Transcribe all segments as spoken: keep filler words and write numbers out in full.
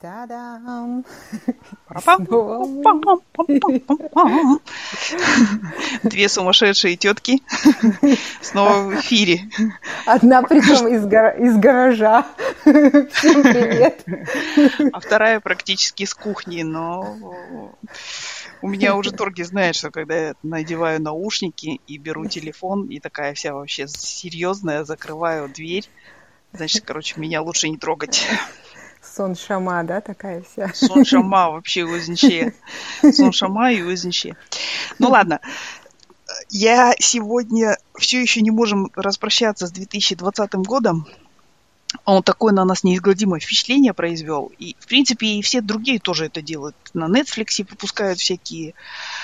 Та-дам! Снова мы. Пам-пам-пам-пам-пам-пам. Две сумасшедшие тетки снова в эфире. Одна причем из, гар- из гаража. Всем привет. А вторая практически с кухни, но у меня уже Торги знает, что когда я надеваю наушники и беру телефон, и такая вся вообще серьезная, закрываю дверь, значит, короче, меня лучше не трогать. Сон Шама, да, такая вся? Сон Шама вообще өзінше. Сон Шама и өзінше. Ну ладно. Я сегодня все еще не можем распрощаться с две тысячи двадцатым годом. Он такое на нас неизгладимое впечатление произвел. И, в принципе, и все другие тоже это делают. На Netflix выпускают всякие,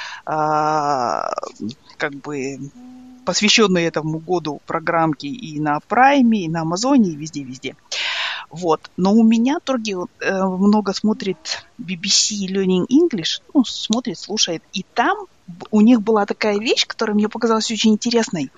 а, как бы, посвященные этому году программки и на Prime, и на Амазоне, и везде-везде. Вот. Но у меня Торги э, много смотрит би би си Learning English, ну, смотрит, слушает. И там у них была такая вещь, которая мне показалась очень интересной.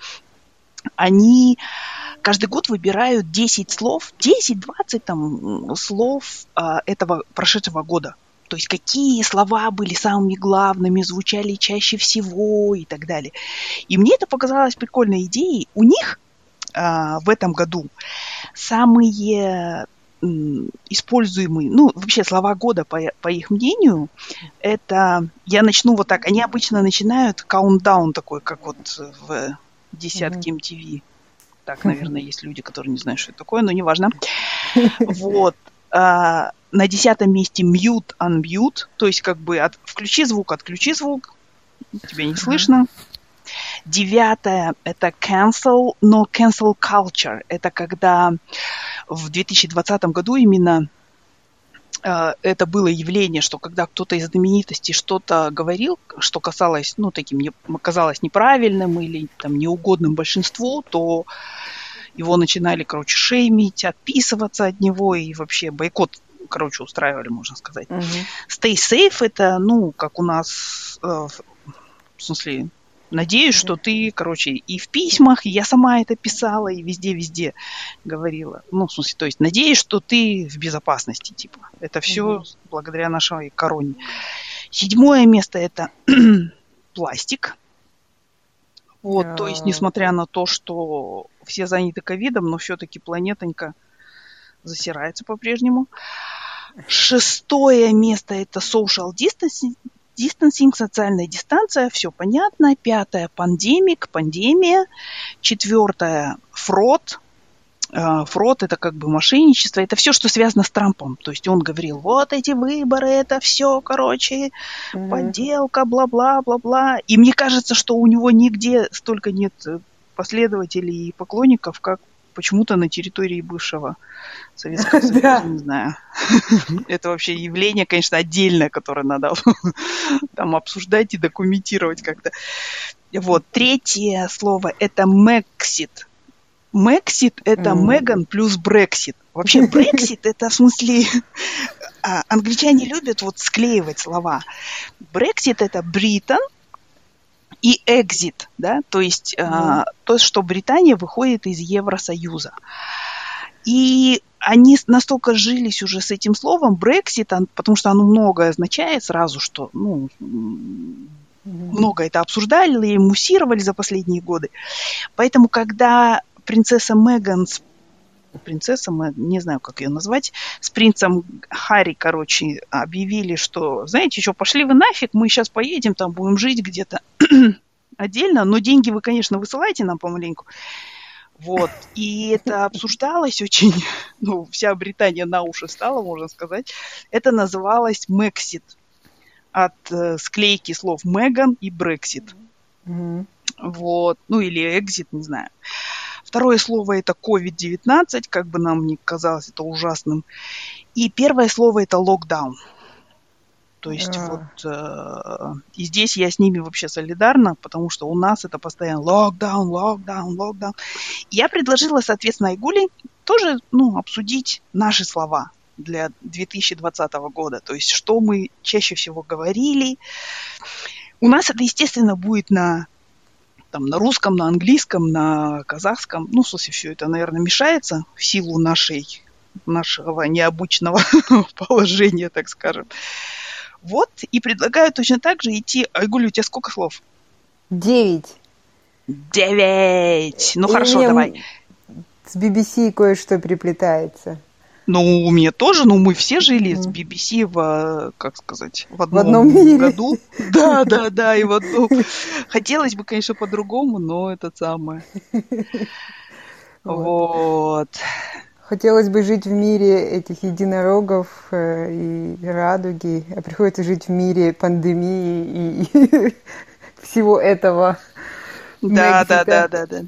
Они каждый год выбирают десять слов, десять-двадцать там слов э, этого прошедшего года. То есть какие слова были самыми главными, звучали чаще всего и так далее. И мне это показалось прикольной идеей. У них э, в этом году самые м, используемые, ну, вообще слова года, по, по их мнению, это, я начну вот так, они обычно начинают countdown такой, как вот в десятке эм ти ви. Так, наверное, есть люди, которые не знают, что это такое, но неважно. Вот. А, на десятом месте mute, unmute, то есть как бы от, включи звук, отключи звук, тебя не слышно. Девятое – это cancel, но cancel culture. Это когда в две тысячи двадцатом году именно э, это было явление, что когда кто-то из знаменитостей что-то говорил, что касалось, ну, таким не, казалось неправильным или там неугодным большинству, то его начинали, короче, шеймить, отписываться от него и вообще бойкот, короче, устраивали, можно сказать. Uh-huh. Stay safe – это, ну, как у нас, э, в смысле, надеюсь, что ты, короче, и в письмах, и я сама это писала, и везде-везде говорила. Ну, в смысле, то есть надеюсь, что ты в безопасности, типа. Это все uh-huh. благодаря нашей короне. Седьмое место – это пластик. Вот, yeah. То есть, несмотря на то, что все заняты ковидом, но все-таки планетонька засирается по-прежнему. Шестое место – это social distancing. Дистанцинг, социальная дистанция, все понятно. Пятое – пандемик, пандемия. Четвертое – фрод. Фрод – это как бы мошенничество. Это все, что связано с Трампом. То есть он говорил, вот эти выборы, это все, короче, mm-hmm. подделка, бла-бла-бла-бла. И мне кажется, что у него нигде столько нет последователей и поклонников, как почему-то на территории бывшего Советского Союза, не знаю. Это вообще явление, конечно, отдельное, которое надо там обсуждать и документировать как-то. Вот. Третье слово – это Мексит. Мексит – это Меган плюс Брексит. Вообще Брексит – это в смысле… Англичане любят вот склеивать слова. Брексит – это Британ, и экзит, да, то есть mm. а, то, что Британия выходит из Евросоюза. И они настолько жились уже с этим словом Брексит, потому что оно многое означает сразу, что ну, mm. много это обсуждали и муссировали за последние годы. Поэтому, когда принцесса Меган, принцесса, не знаю, как ее назвать, с принцем Харри, короче, объявили, что, знаете, что, пошли вы нафиг, мы сейчас поедем, там будем жить где-то отдельно, но деньги вы, конечно, высылаете нам помаленьку. Вот. И это обсуждалось очень, ну, вся Британия на уши стала, можно сказать. Это называлось Мексит от э, склейки слов Меган и Брексит. Mm-hmm. Вот. Ну, или экзит, не знаю. Второе слово – это ковид девятнадцать, как бы нам ни казалось это ужасным. И первое слово – это локдаун. То есть yeah. вот э, и здесь я с ними вообще солидарна, потому что у нас это постоянно локдаун, локдаун, локдаун. Я предложила, соответственно, Айгуле тоже ну, обсудить наши слова для две тысячи двадцатого года. То есть что мы чаще всего говорили. У нас это, естественно, будет на… Там, на русском, на английском, на казахском. Ну, в смысле, все это, наверное, мешается в силу нашей нашего необычного положения, так скажем. Вот, и предлагаю точно так же идти. Айгуль, у тебя сколько слов? Девять. Девять! Ну, И хорошо, у меня давай. с би би си кое-что приплетается. Ну, у меня тоже, но мы все жили с Мгм. би би си в, как сказать, в В одном одном мире. году. Да, да, да, и в одном. Хотелось бы, конечно, по-другому, но это самое. Вот. Вот. Хотелось бы жить в мире этих единорогов э, и радуги, а приходится жить в мире пандемии и, и всего этого Да, да, да, Мексика. да, да.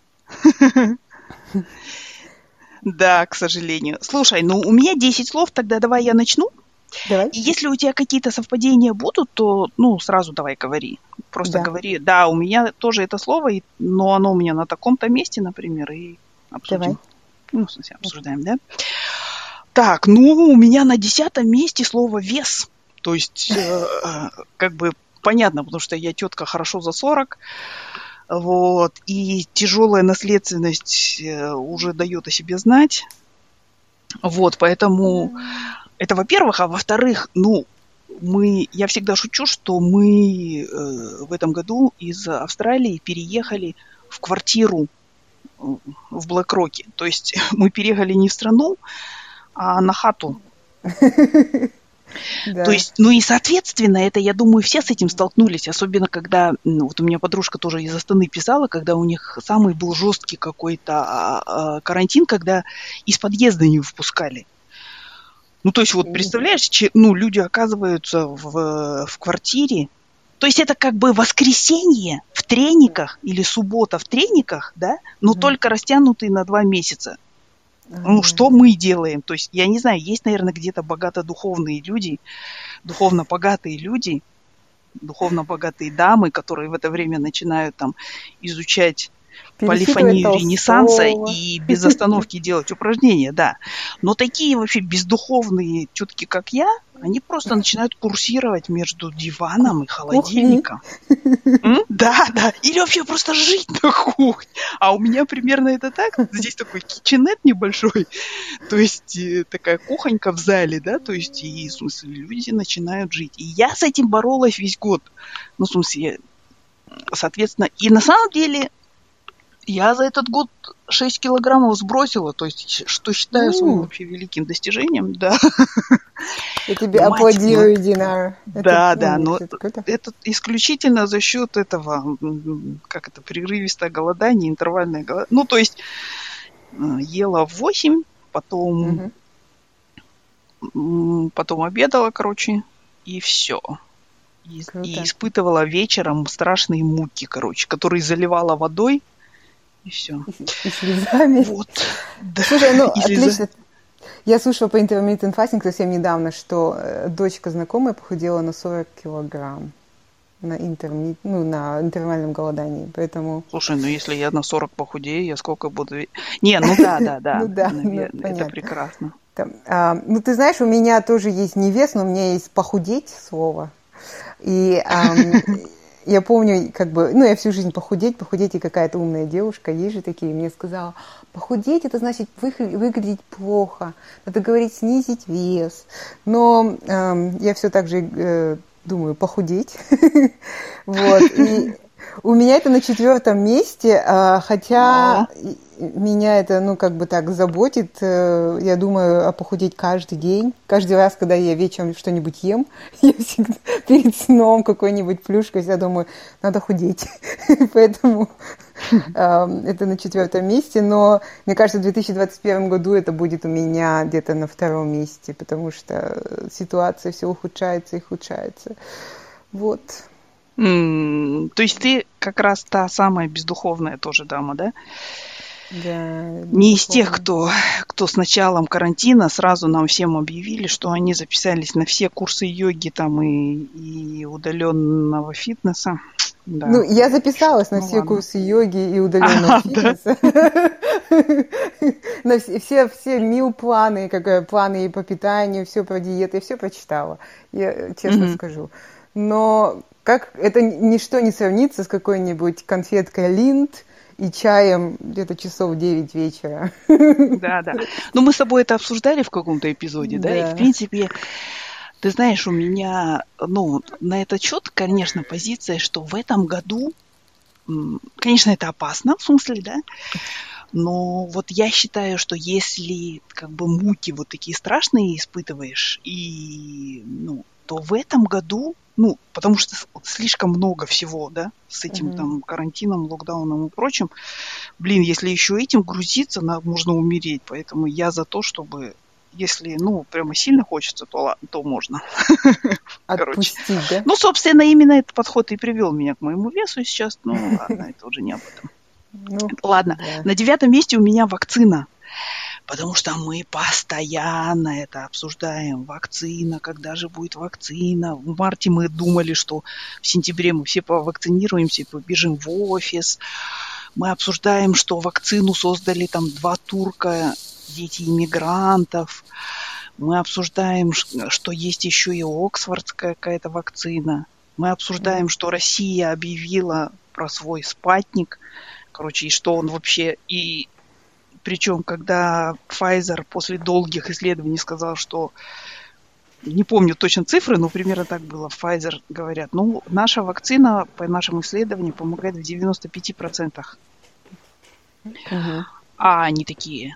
Да, к сожалению. Слушай, ну у меня десять слов, тогда давай я начну. Давай. И если у тебя какие-то совпадения будут, то, ну, сразу давай говори. Просто Да, говори, да, у меня тоже это слово, и- но оно у меня на таком-то месте, например, и давай. обсудим. Ну, в смысле, обсуждаем, да? Так, ну, у меня на десятом месте слово «вес». То есть, э, э, как бы понятно, потому что я тетка хорошо за сорок, вот, и тяжелая наследственность э, уже дает о себе знать. Вот, поэтому это, во-первых, а во-вторых, ну, мы, я всегда шучу, что мы э, в этом году из Австралии переехали в квартиру э, в Блэк-Роке. То есть мы переехали не в страну, а на хату. То Да. есть, ну и соответственно, это, я думаю, все с этим столкнулись, особенно когда, ну, вот у меня подружка тоже из Астаны писала, когда у них самый был жесткий какой-то а, а, карантин, когда из подъезда не впускали. Ну, то есть, вот представляешь, че- ну, люди оказываются в, в квартире. То есть это как бы воскресенье в трениках или суббота в трениках, да, но Мгм. только растянутые на два месяца. Ну, Ага. что мы делаем? То есть, я не знаю, есть, наверное, где-то богатодуховные люди, духовно богатые люди, духовно богатые дамы, которые в это время начинают там изучать Перечитывать полифонию Ренессанса Толстого. и без остановки делать упражнения, да. Но такие вообще бездуховные тетки, как я, они просто начинают курсировать между диваном и Кухни. холодильником. М? Да, да. Или вообще просто жить на кухне. А у меня примерно это так. Здесь такой китченет небольшой. То есть э, такая кухонька в зале, да, то есть и, в смысле, люди начинают жить. И я с этим боролась весь год. Ну, в смысле, соответственно, и на самом деле я за этот год шесть килограммов сбросила, то есть, щ- что считаю своим М, вообще великим достижением, да. Я тебе Но, мать, ну, аплодирую, Динара. Это, да, да, ну, но это круто. это исключительно за счет этого, м, как это, прерывистое голодание, интервальное голодание. Ну, то есть э, ела в восемь, потом, Мгм. м, потом обедала, короче, и все. И, и Круто. испытывала вечером страшные муки, короче, которые заливала водой, и все. И, с- и слезами. Вот, да, Слушай, ну, или за... отлично. Я слушала по intermittent fasting совсем недавно, что э, дочка знакомая похудела на сорок килограмм на, интерми... ну, на интервальном голодании, поэтому... Слушай, ну если я на сорок похудею, я сколько буду... ве- Не, ну да, да, Ну да, да, ну наверное, это понятно. прекрасно. Там, а, ну, ты знаешь, у меня тоже есть не вес, но у меня есть похудеть слово. И ам, я помню, как бы, ну, я всю жизнь похудеть, похудеть, и какая-то умная девушка, есть же такие, мне сказала, похудеть, это значит выгля- выглядеть плохо, надо говорить снизить вес. Но ам, я все так же э, думаю, похудеть. Вот, и у меня это на четвертом месте, а, хотя О, и- меня это, ну, как бы так заботит. э, Я думаю о похудеть каждый день. Каждый раз, когда я вечером что-нибудь ем, я всегда перед сном какой-нибудь плюшкой, я думаю, надо худеть. Поэтому а, это на четвертом месте. Но мне кажется, в две тысячи двадцать первом году это будет у меня где-то на втором месте, потому что ситуация все ухудшается и ухудшается. Вот. м, то есть ты как раз та самая бездуховная тоже дама, да? Да, Не из тех, безусловно. кто, кто с началом карантина сразу нам всем объявили, что они записались на все курсы йоги там и, и удаленного фитнеса. Ну, Да, я что-то, записалась на ну все ладно. курсы йоги и удаленного Ага, да. фитнеса. На все, все, все мил-планы, как э, планы и по питанию, все про диеты, все прочитала, я честно Мгм. скажу. Но как это ничто не сравнится с какой-нибудь конфеткой Линд и чаем где-то часов девять вечера. Да, да. Но мы с тобой это обсуждали в каком-то эпизоде, да? И, в Да. принципе, ты знаешь, у меня, ну, на этот счет, конечно, позиция, что в этом году, м, конечно, это опасно, в смысле, да, но вот я считаю, что если как бы муки вот такие страшные испытываешь, и, ну, то в этом году, ну, потому что с- слишком много всего, да, с этим Мгм. там карантином, локдауном и прочим, блин, если еще этим грузиться, на- можно умереть, поэтому я за то, чтобы, если, ну, прямо сильно хочется, то, ла- то можно, короче. Отпустить, да? Ну, собственно, именно этот подход и привел меня к моему весу сейчас, ну, ладно, это уже не об этом. Ну, Ладно, да. на девятом месте у меня вакцина. Потому что мы постоянно это обсуждаем. Вакцина, когда же будет вакцина? В марте мы думали, что в сентябре мы все повакцинируемся и побежим в офис. Мы обсуждаем, что вакцину создали там два турка, дети иммигрантов. Мы обсуждаем, ш- что есть еще и оксфордская какая-то вакцина. Мы обсуждаем, Мгм. что Россия объявила про свой спутник. Короче, и что он вообще... И причем, когда Pfizer после долгих исследований сказал, что, не помню точно цифры, но примерно так было, Pfizer говорят, ну, наша вакцина, по нашим исследованиям, помогает в девяноста пяти процентах. Мгм. А они такие,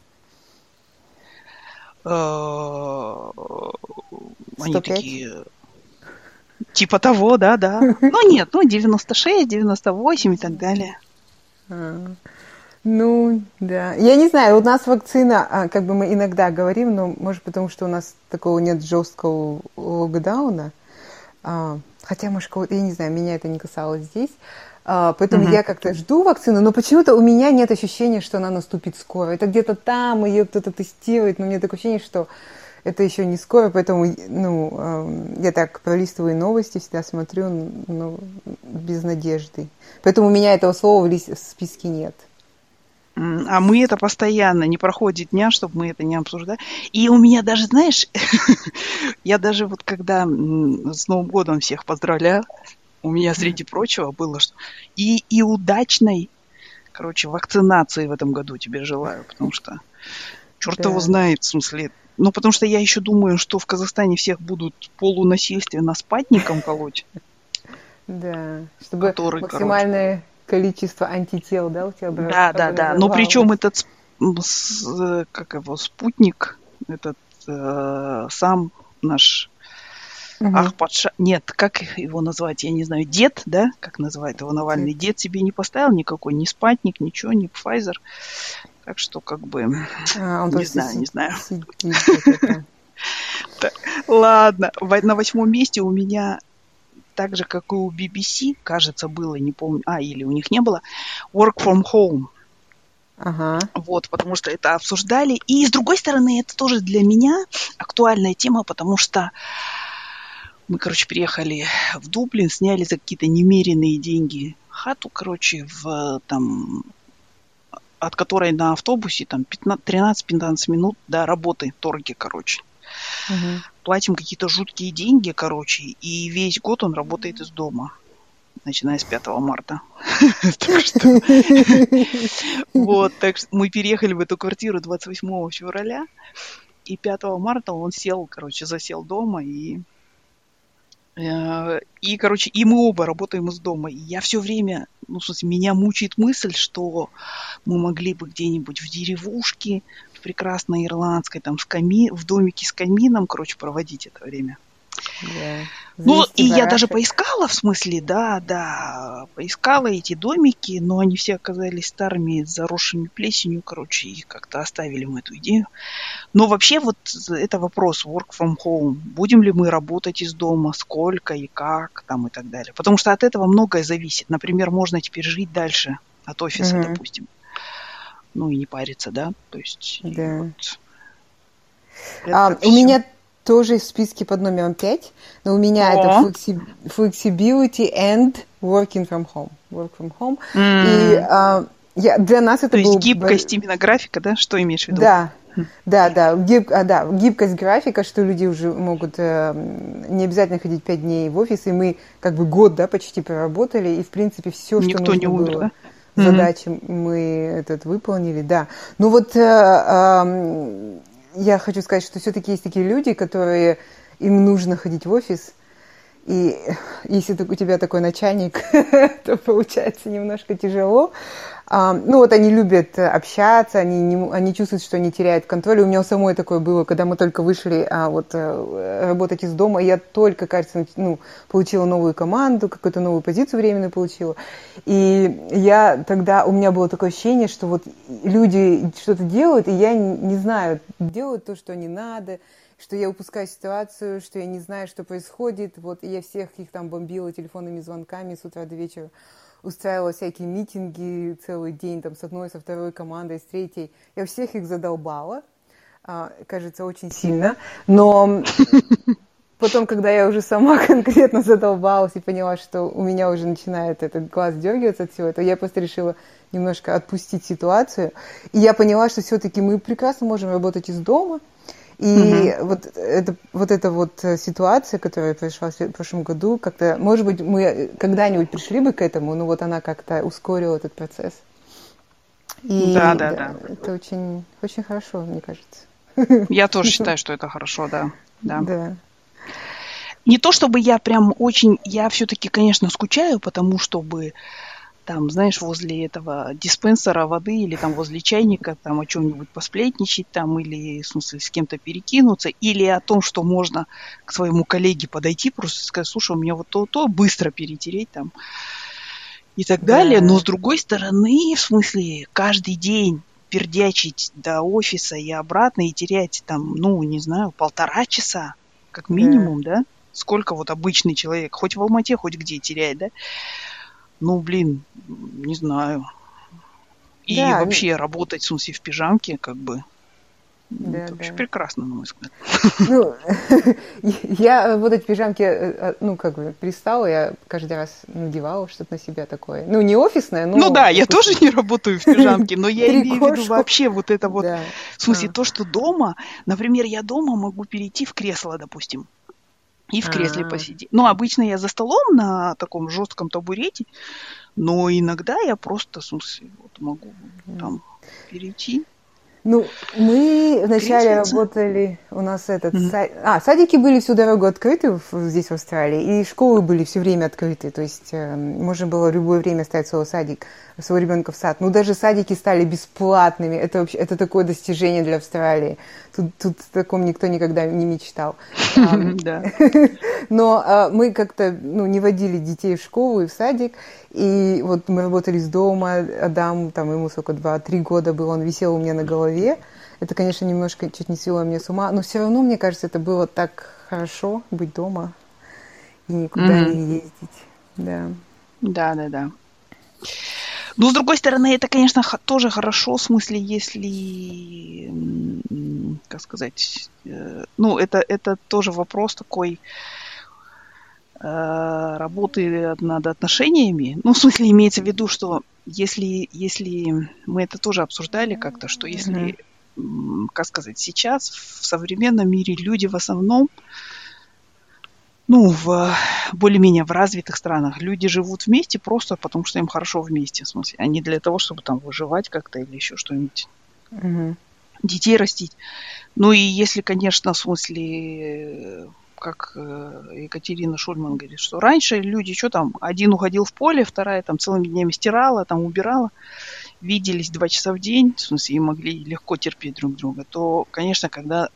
э, они сто пять? такие, типа того, да, да. Ну, нет, ну, девяносто шесть, девяносто восемь и так далее. А, Ну, да. Я не знаю, у нас вакцина, а, как бы мы иногда говорим, но может потому, что у нас такого нет жесткого локдауна. А, хотя, может, кого-то, я не знаю, меня это не касалось здесь. А, поэтому Мгм. я как-то жду вакцину, но почему-то у меня нет ощущения, что она наступит скоро. Это где-то там, ее кто-то тестирует, но у меня такое ощущение, что это еще не скоро, поэтому, ну, эм, я так пролистываю новости, всегда смотрю, ну, без надежды. Поэтому у меня этого слова в, лис- в списке нет. М, А мы это постоянно, не проходит дня, чтобы мы это не обсуждали. И у меня даже, знаешь, я даже вот когда м, с Новым годом всех поздравляю, у меня, среди прочего, было, что и, и удачной, короче, вакцинации в этом году тебе желаю, потому что черт его Да, знает, в смысле, ну, потому что я еще думаю, что в Казахстане всех будут полунасильственно спатником колоть, да. Чтобы который, короче, максимальное количество антител, да, у тебя обра- да, да, да, но причем образовалось. этот, с- м, с- э, как его, спутник, этот э, сам наш Мгм. Ахпатша, нет, как его назвать, я не знаю, дед, да, как называет его Навальный, Дед. дед себе не поставил никакой, ни спатник, ничего, ни Pfizer, так что как бы, А, он не просто знаю, си- не знаю. сидит где-то там. Так, ладно, Во- на восьмом месте у меня, так же, как и у би би си, кажется, было, не помню, а, или у них не было, Work from Home. Ага. Вот, потому что это обсуждали. И, с другой стороны, это тоже для меня актуальная тема, потому что мы, короче, приехали в Дублин, сняли за какие-то немеренные деньги хату, короче, в там, от которой на автобусе там тринадцать-пятнадцать минут до работы, торги, короче. Мгм. Платим какие-то жуткие деньги, короче, и весь год он работает из дома, начиная с пятого марта. Так что, вот, так что мы переехали в эту квартиру двадцать восьмого февраля, и пятого марта он сел, короче, засел дома, и Э, И, короче, и мы оба работаем из дома. И я все время, ну, в смысле, меня мучает мысль, что мы могли бы где-нибудь в деревушке, в прекрасной ирландской, там, с ками... в домике с камином, короче, проводить это время. Да. Ну, Завести и я даже барашек. поискала, в смысле, да, да, поискала эти домики, но они все оказались старыми, заросшими плесенью, короче, и как-то оставили мы эту идею. Но вообще вот это вопрос work from home. Будем ли мы работать из дома, сколько и как там и так далее. Потому что от этого многое зависит. Например, можно теперь жить дальше от офиса, Мгм. допустим. Ну и не париться, да. То есть и Да. вот А, это у все. меня тоже в списке под номером пять, но у меня это О, flexi- flexibility and working from home. Work from home. И м, а, я, для нас это то есть был... бо- гибкость именно графика, да? Что имеешь в виду? Да, Хм. да, да, гиб- а, да, гибкость графика, что люди уже могут э, м, не обязательно ходить пять дней в офис, и мы как бы год, да, почти проработали, и в принципе все, что Никто не нужно умер, было. да? Мгм. задачи мы этот выполнили, да. Ну вот э, ам, я хочу сказать, что все-таки есть такие люди, которые им нужно ходить в офис, и если так- у тебя такой начальник, то получается немножко тяжело. А, ну вот они любят общаться, они, не м- они чувствуют, что они теряют контроль. И у меня у самой такое было, когда мы только вышли а, вот, э, работать из дома, я только, кажется, нач- ну, получила новую команду, какую-то новую позицию временную получила. И я тогда, у меня было такое ощущение, что вот люди что-то делают, и я не, не знаю, делают то, что не надо, что я упускаю ситуацию, что я не знаю, что происходит. Вот, и я всех их там бомбила телефонными звонками с утра до вечера, устраивала всякие митинги целый день там с одной, со второй командой, с третьей. Я всех их задолбала, а, кажется, очень сильно. Но потом, когда я уже сама конкретно задолбалась и поняла, что у меня уже начинает этот глаз дергиваться от всего этого, я просто решила немножко отпустить ситуацию. И я поняла, что все-таки мы прекрасно можем работать из дома. И Мгм. вот, это, вот эта вот э, ситуация, которая произошла в след- прошлом году, как-то, может быть, мы когда-нибудь пришли бы к этому, но вот она как-то ускорила этот процесс. Да, И да, да, да. это очень, очень хорошо, мне кажется. Я тоже считаю, что это хорошо, да. Да. Да. Не то чтобы я прям очень, я все-таки, конечно, скучаю, потому чтобы там, знаешь, возле этого диспенсера воды или там возле чайника там о чем-нибудь посплетничать там или, в смысле, с кем-то перекинуться, или о том, что можно к своему коллеге подойти, просто сказать, слушай, у меня вот то-то, быстро перетереть там и так далее. Но Да, с другой стороны, в смысле, каждый день пердячить до офиса и обратно и терять там, ну, не знаю, полтора часа, как да. минимум, да? Сколько вот обычный человек, хоть в Алмате, хоть где теряет, да? Ну, блин, не знаю. И Да, вообще работать, в смысле, в пижамке, как бы, м, да, это вообще да. прекрасно, на мой взгляд. Ну, я вот эти пижамки, э, э, ну, как бы пристала, я каждый раз надевала что-то на себя такое. Ну, не офисное, Ну но, да, я тоже допустим, не работаю в пижамке, но я имею в виду трикошку. вообще вот это вот, Да. в смысле, А, то, что дома, например, я дома могу перейти в кресло, допустим, и в кресле а, посидеть. Ну, обычно я за столом на таком жестком табурете, но иногда я просто, в смысле, вот могу там перейти Ну, мы в вначале креслице. работали, у нас этот Мгм. сад... А, садики были всю дорогу открыты в- здесь, в Австралии, и школы были все время открыты, то есть э, можно было в любое время оставить свой садик, своего ребенка в сад. Ну, даже садики стали бесплатными, это вообще, это такое достижение для Австралии. Тут, тут о таком никто никогда не мечтал. Ам, Да. Но а, мы как-то ну, не водили детей в школу и в садик, и вот мы работали из дома, Адам, там ему сколько, два-три года было, он висел у меня на голове. Это, конечно, немножко чуть не свело меня с ума, но все равно, мне кажется, это было так хорошо быть дома и никуда Мгм. не ездить. Да. Да, да, да. Но, с другой стороны, это, конечно, х- тоже хорошо, в смысле, если, м, как сказать, э, ну, это, это тоже вопрос такой э, работы над отношениями. Ну, в смысле, имеется в виду, что если, если мы это тоже обсуждали как-то, что Мгм. если, м, как сказать, сейчас в современном мире люди в основном, ну, в более-менее в развитых странах люди живут вместе просто потому, что им хорошо вместе, в смысле, а не для того, чтобы там выживать как-то или еще что-нибудь, Мгм. детей растить. Ну и если, конечно, в смысле, э, как э, Екатерина Шульман говорит, что раньше люди, что там, один уходил в поле, вторая там целыми днями стирала, там убирала, виделись два часа в день, в смысле, и могли легко терпеть друг друга, то, конечно, когда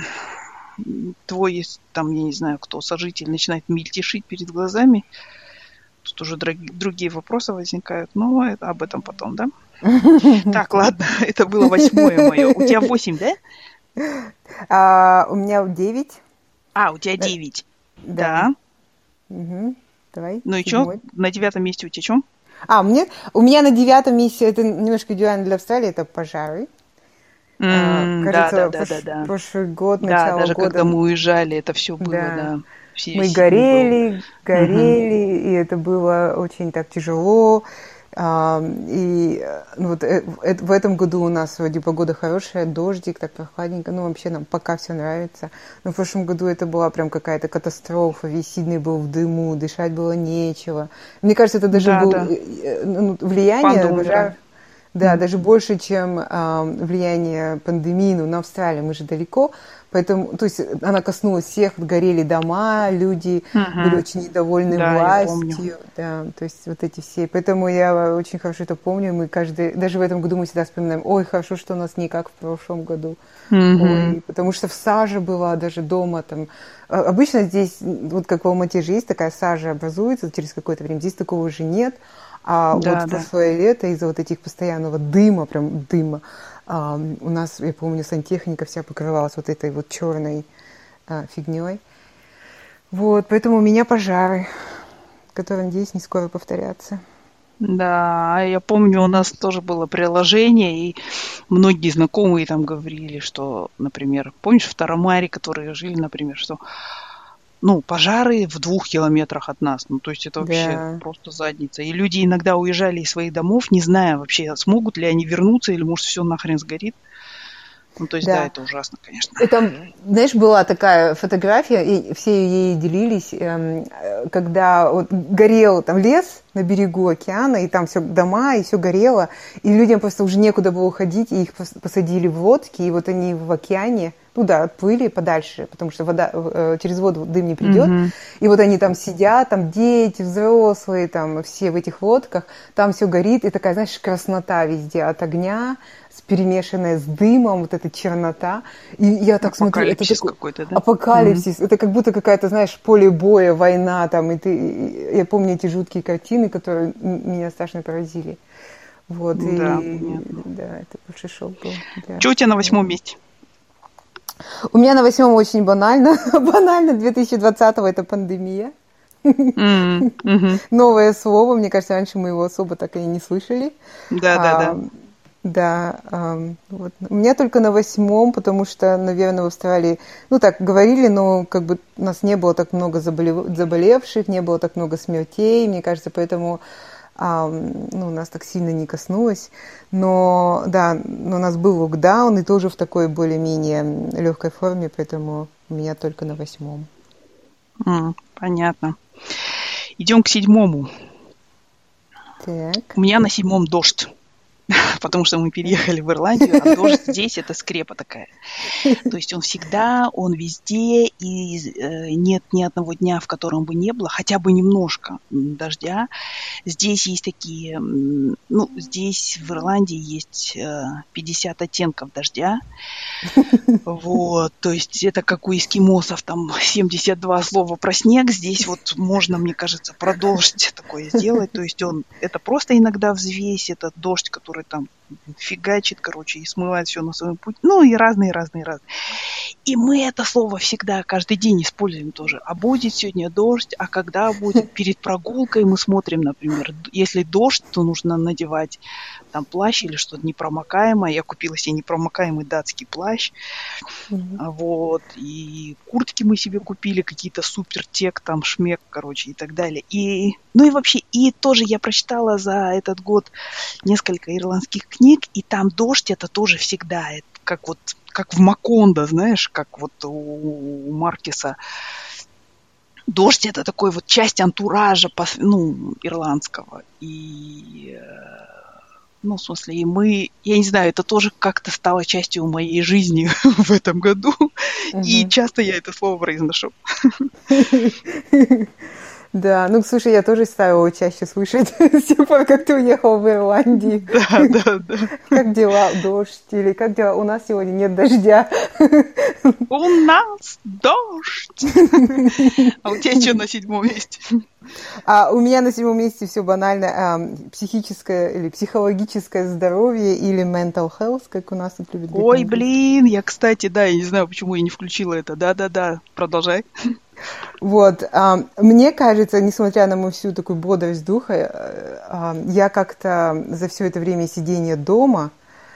твой, там, я не знаю, кто, сожитель начинает мельтешить перед глазами, тут уже драги- другие вопросы возникают, но это об этом потом, да? Так, ладно, это было восьмое мое. У тебя восемь, да? А, у меня девять. А, у тебя Да. девять. Да. Да. Мгм. Давай, Ну и что? седьмой. На девятом месте у тебя что? А, мне, у меня на девятом месте, это немножко индивидуально для Австралии, это пожары. А, Да, да, кажется, да, да, прош- да. прошлый год, Да, начало даже когда года, мы уезжали, это все было, да, да. Все мы Сидней был. горели, Мгм. горели, и это было очень так тяжело. А, и ну, вот, э, в этом году у нас вроде погода хорошая, дождик, так прохладненько. Ну, вообще нам пока все нравится. Но в прошлом году это была прям какая-то катастрофа. Весь Сидней был в дыму, дышать было нечего. Мне кажется, это даже Да, было да. ну, влияние Панда пожар. умирает. Да, Мгм. даже больше, чем а, влияние пандемии. Ну, на Австралии мы же далеко. Поэтому, то есть она коснулась всех, горели дома, люди были Мгм. очень недовольны Да, я помню. властью, да, то есть вот эти все. Поэтому я очень хорошо это помню. Мы каждый, даже в этом году мы всегда вспоминаем, ой, хорошо, что у нас не как в прошлом году. Мгм. Ой, потому что в саже была даже дома там. А, Обычно здесь, вот как в Алмате же есть такая сажа образуется через какое-то время, здесь такого уже нет. А вот Да, в да. прошлое лето из-за вот этих постоянного дыма, прям дыма, а, у нас, я помню, сантехника вся покрывалась вот этой вот черной а, фигней. Вот, поэтому у меня пожары, которые, надеюсь, не скоро повторятся. Да, а я помню, у нас тоже было приложение, и многие знакомые там говорили, что, например, помнишь, в Тарамаре, которые жили, например, что, ну, пожары в двух километрах от нас, ну, то есть это вообще Да. просто задница. И люди иногда уезжали из своих домов, не зная вообще, смогут ли они вернуться, или, может, все нахрен сгорит. Ну, то есть, да, Да. это ужасно, конечно. И там, знаешь, была такая фотография, и все ей делились, эм, э, когда вот горел там лес на берегу океана, и там все дома, и все горело, и людям просто уже некуда было уходить, и их пос- посадили в лодки, и вот они в океане, ну да, отплыли подальше, потому что вода, э, через воду дым не придет, Мгм. и вот они там сидят, там дети, взрослые, там все в этих лодках, там все горит, и такая, знаешь, краснота везде от огня, перемешанная с дымом, вот эта чернота. И я так смотрю, это Апокалипсис такой какой-то, да? Мгм. апокалипсис, это как будто какая-то, знаешь, поле боя, война там. И ты, и я помню эти жуткие картины, которые м- меня страшно поразили. Вот, Да, и понятно. да, это большой шок был. Да. Что у тебя на восьмом месте? У меня на восьмом очень банально. Банально две тысячи двадцатого это пандемия. М, мгм. Новое слово, мне кажется, раньше мы его особо так и не слышали. Да, да, да. А, да, ам, вот. У меня только на восьмом, потому что, наверное, в Австралии, ну так говорили, но как бы у нас не было так много заболев- заболевших, не было так много смертей, мне кажется, поэтому ам, ну, нас так сильно не коснулось. Но да, но у нас был локдаун, и тоже в такой более-менее легкой форме, поэтому у меня только на восьмом. М, понятно. Идем к седьмому. Так. У меня на седьмом дождь, потому что мы переехали в Ирландию, а дождь здесь это скрепа такая. То есть он всегда, он везде, и э, нет ни одного дня, в котором бы не было хотя бы немножко м, дождя. Здесь есть такие, м, ну, здесь в Ирландии есть э, пятьдесят оттенков дождя. Вот, то есть это как у эскимосов, там семьдесят два слова про снег, здесь вот можно, мне кажется, про дождь такое сделать, то есть он, это просто иногда взвесь, этот дождь, который там фигачит, короче, и смывает все на своем пути, ну и разные-разные-разные. И мы это слово всегда, каждый день используем тоже. А будет сегодня дождь, а когда будет? Перед прогулкой мы смотрим, например, д- если дождь, то нужно надевать там плащ или что-то непромокаемое. Я купила себе непромокаемый датский плащ. Мгм. А Вот. И куртки мы себе купили, какие-то супертек, там шмек, короче, и так далее. И, ну и вообще, и тоже я прочитала за этот год несколько ирландских книг, и там дождь это тоже всегда, это как вот, как в Макондо, знаешь, как вот у, у Маркеса. Дождь это такой вот часть антуража, пос- ну, ирландского. И, э, ну, в смысле, и мы, я не знаю, это тоже как-то стало частью моей жизни в этом году. И Мгм. часто я это слово произношу. Да, ну, слушай, я тоже стала его чаще слышать с тех пор, как ты уехал в Ирландию. Да, да, да. Как дела, дождь? Или как дела? У нас сегодня нет дождя. У нас дождь. А у тебя что на седьмом месте? А у меня на седьмом месте все банально. ам, психическое или психологическое здоровье или mental health, как у нас тут любят говорить Ой, по-английски. блин, я, кстати, да, я не знаю, почему я не включила это. Да-да-да, продолжай. Вот, ам, мне кажется, несмотря на мою всю такую бодрость духа, э, ам, я как-то за все это время сидения дома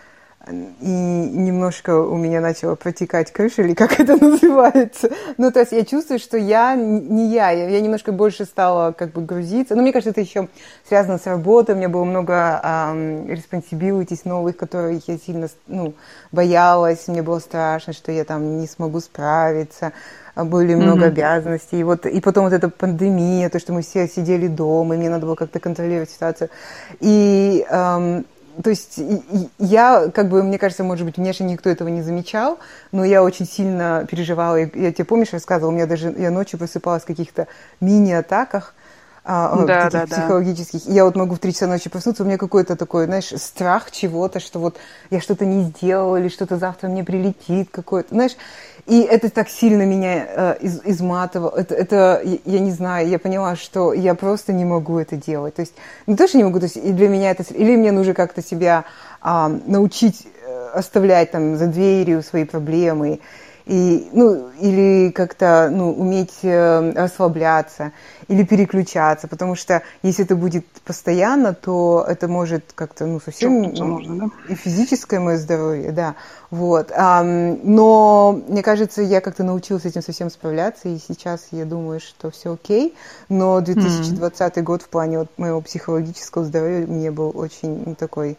и немножко у меня начала протекать крыша, или как это называется. Ну, то есть я чувствую, что я не я, я немножко больше стала как бы грузиться. Но мне кажется, это еще связано с работой. У меня было много um, responsibilities новых, которых я сильно, ну, боялась. Мне было страшно, что я там не смогу справиться. Были много mm-hmm. обязанностей. И, вот, и потом вот эта пандемия, то, что мы все сидели дома, и мне надо было как-то контролировать ситуацию. И... Um, То есть я, как бы, мне кажется, может быть, внешне никто этого не замечал, но я очень сильно переживала. Я тебе, помнишь, рассказывала, у меня даже, я ночью просыпалась в каких-то мини-атаках, а, да, таких да, психологических. Да. Я вот могу в три часа ночи проснуться, у меня какой-то такой, знаешь, страх чего-то, что вот я что-то не сделала, или что-то завтра мне прилетит какое-то, знаешь. И это так сильно меня э, из, изматывало. Это, это, я не знаю, я поняла, что я просто не могу это делать. То есть не то, что не могу, то есть и для меня это... Или мне нужно как-то себя э, научить э, оставлять там за дверью свои проблемы. И, ну, или как-то, ну, уметь э, расслабляться, или переключаться, потому что если это будет постоянно, то это может как-то, ну, совсем... можно, да? И физическое мое здоровье, да, вот. А, но, мне кажется, я как-то научилась с этим совсем справляться, и сейчас я думаю, что все окей, но две тысячи двадцатый mm-hmm. год в плане вот моего психологического здоровья мне был очень, ну, такой...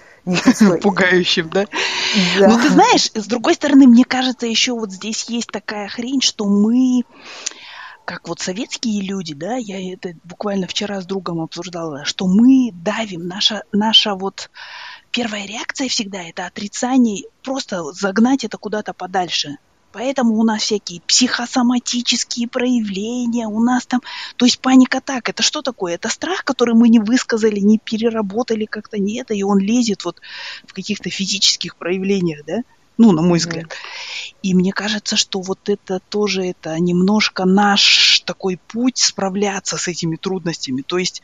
Пугающим, да? Да. Ну, ты знаешь, с другой стороны, мне кажется, еще вот здесь есть такая хрень, что мы, как вот советские люди, да, я это буквально вчера с другом обсуждала, что мы давим, наша, наша вот первая реакция всегда это отрицание, просто загнать это куда-то подальше. Поэтому у нас всякие психосоматические проявления, у нас там... То есть паника-атака, это что такое? Это страх, который мы не высказали, не переработали как-то, не это, и он лезет вот в каких-то физических проявлениях, да? Ну, на мой mm-hmm. взгляд. И мне кажется, что вот это тоже это немножко наш такой путь справляться с этими трудностями. То есть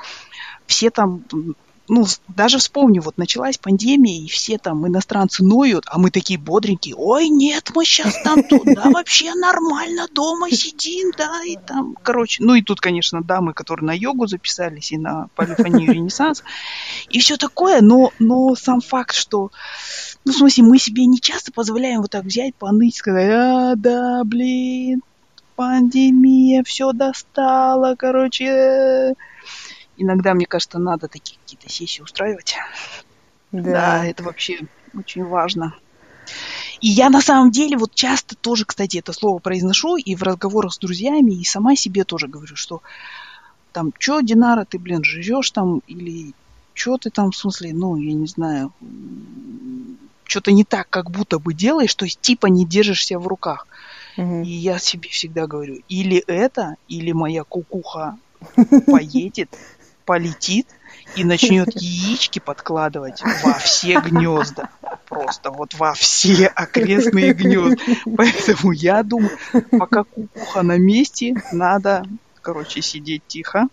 все там... Ну, даже вспомни, вот началась пандемия, и все там иностранцы ноют, а мы такие бодренькие. Ой, нет, мы сейчас там туда вообще нормально дома сидим, да, и там, короче. Ну, и тут, конечно, дамы, которые на йогу записались, и на полифонию Ренессанс, и все такое, но, но сам факт, что, ну, в смысле, мы себе не часто позволяем вот так взять, поныть, сказать, а, да, блин, пандемия, все достала, короче... Иногда, мне кажется, надо такие какие-то сессии устраивать. Да. Да, это вообще очень важно. И я на самом деле вот часто тоже, кстати, это слово произношу и в разговорах с друзьями, и сама себе тоже говорю, что там, чё, Динара, ты, блин, живешь там, или чё ты там, в смысле, ну, я не знаю, что-то не так, как будто бы делаешь, то есть типа не держишься в руках. Угу. И я себе всегда говорю, или это, или моя кукуха поедет, полетит и начнет яички подкладывать во все гнезда. Просто вот во все окрестные гнезда. Поэтому я думаю, пока кукуха на месте, надо, короче, сидеть тихо.